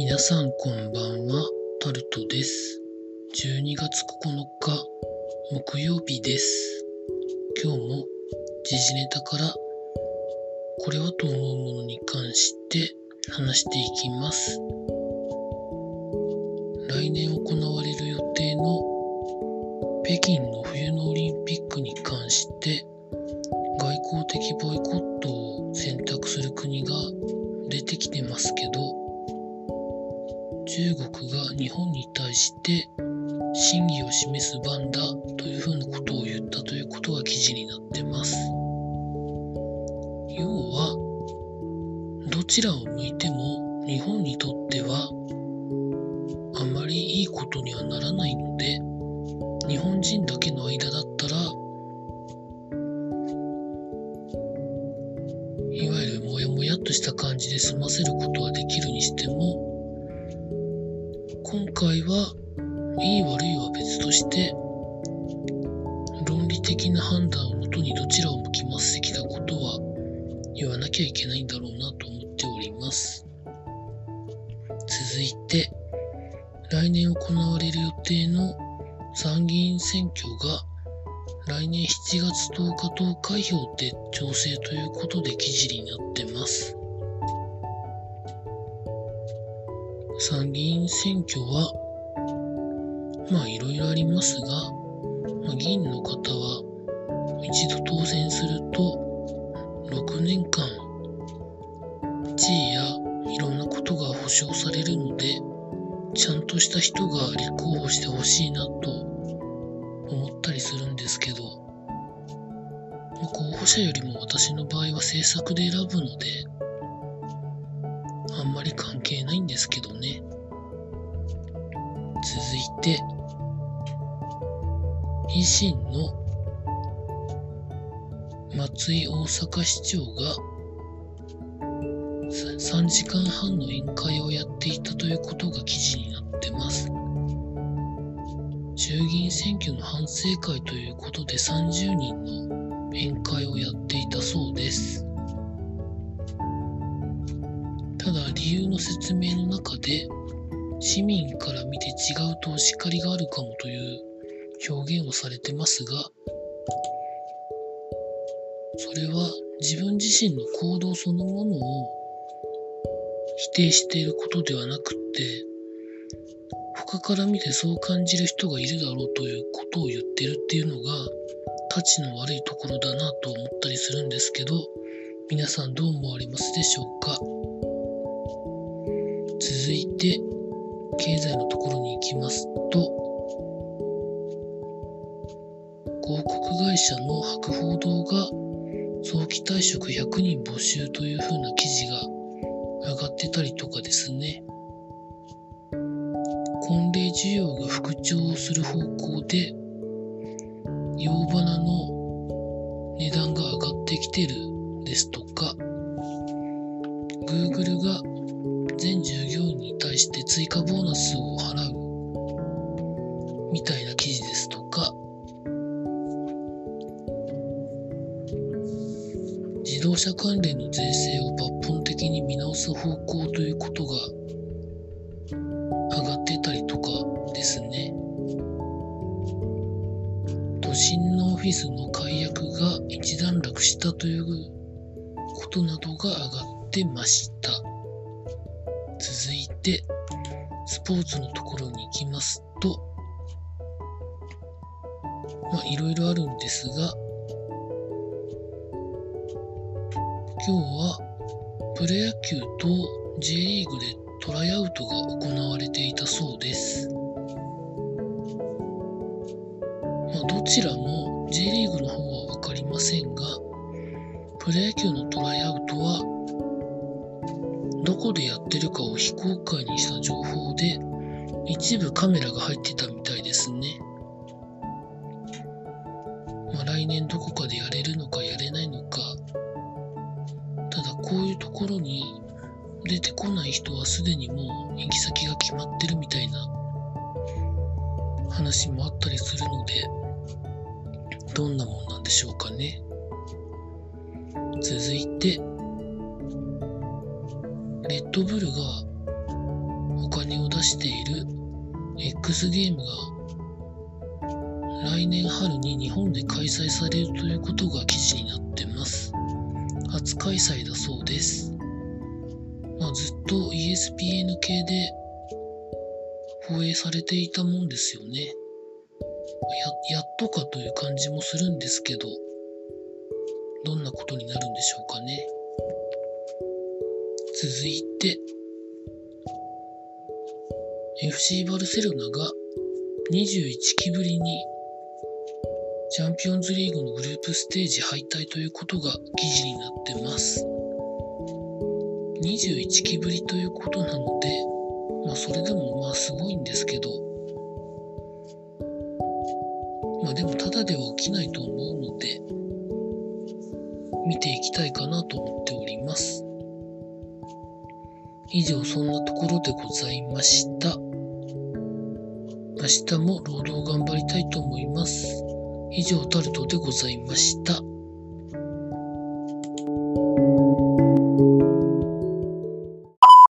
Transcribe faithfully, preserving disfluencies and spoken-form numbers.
皆さんこんばんは、タルトです。じゅうにがつここのか木曜日です。今日も時事ネタからこれはと思うものに関して話していきます。来年行われる予定の北京の冬のオリンピックに関して外交的ボイコットを選択する国が出てきてますけど、中国が日本に対して真偽を示す番だというふうなことを言ったということが記事になってます。要はどちらを向いても日本にとってはあまりいいことにはならないので、日本人だけの間だったらいわゆるモヤモヤっとした感じで済ませることはできるにしても、今回はいい悪いは別として論理的な判断をもとにどちらを向きます的なことは言わなきゃいけないんだろうなと思っております。続いて来年行われる予定の参議院選挙が来年しちがつとおか投開票で調整ということで記事になってます。参議院選挙はまあいろいろありますが、まあ、議員の方は一度当選するとろくねんかん地位やいろんなことが保障されるので、ちゃんとした人が立候補してほしいなと思ったりするんですけど、まあ、候補者よりも私の場合は政策で選ぶのであんまり関係ないんですけどね。続いて維新の松井大阪市長がさんじかんはんの宴会をやっていたということが記事になってます。衆議院選挙の反省会ということでさんじゅうにんの宴会をやっていたそうです。ただ理由の説明の中で市民から見て違うとお叱りがあるかもという表現をされてますが、それは自分自身の行動そのものを否定していることではなくって他から見てそう感じる人がいるだろうということを言ってるっていうのがたちの悪いところだなと思ったりするんですけど、皆さんどう思われますでしょうか。続いて経済のところに行きますと、広告会社の博報堂が早期退職ひゃくにん募集というふうな記事が上がってたりとかですね、婚礼需要が復調する方向で洋花の値段が上がってきてるですとか、 Google が全従業員に対して追加ボーナスを払うみたいな記事ですとか、自動車関連の税制を抜本的に見直す方向ということが上がってたりとかですね、都心のオフィスの解約が一段落したということなどが上がってました。続いてスポーツのところに行きますと、まあいろいろあるんですが、今日はプロ野球と J リーグでトライアウトが行われていたそうです。まあ、どちらも J リーグの方は分かりませんが、プロ野球のトライアウトはどこでやってるかを非公開にした情報で一部カメラが入ってたみたいですね。まあ、来年どこかでやれるのかやれないのか、ただこういうところに出てこない人はすでにもう行き先が決まってるみたいな話もあったりするので、どんなもんなんでしょうかね。続いてレッドブルがお金を出している X ゲームが来年春に日本で開催されるということが記事になってます。初開催だそうです。まあ、ずっと イーエスピーエヌ 系で放映されていたもんですよね。や、やっとかという感じもするんですけど、どんなことになるんでしょうかね。続いて、エフシー バルセロナがにじゅういちきぶりにチャンピオンズリーグのグループステージ敗退ということが記事になってます。にじゅういちきぶりということなので、まあそれでもまあすごいんですけど、まあでもただでは起きないと思うので、見ていきたいかなと思っております。以上、そんなところでございました。明日も労働頑張りたいと思います。以上、タルトでございました。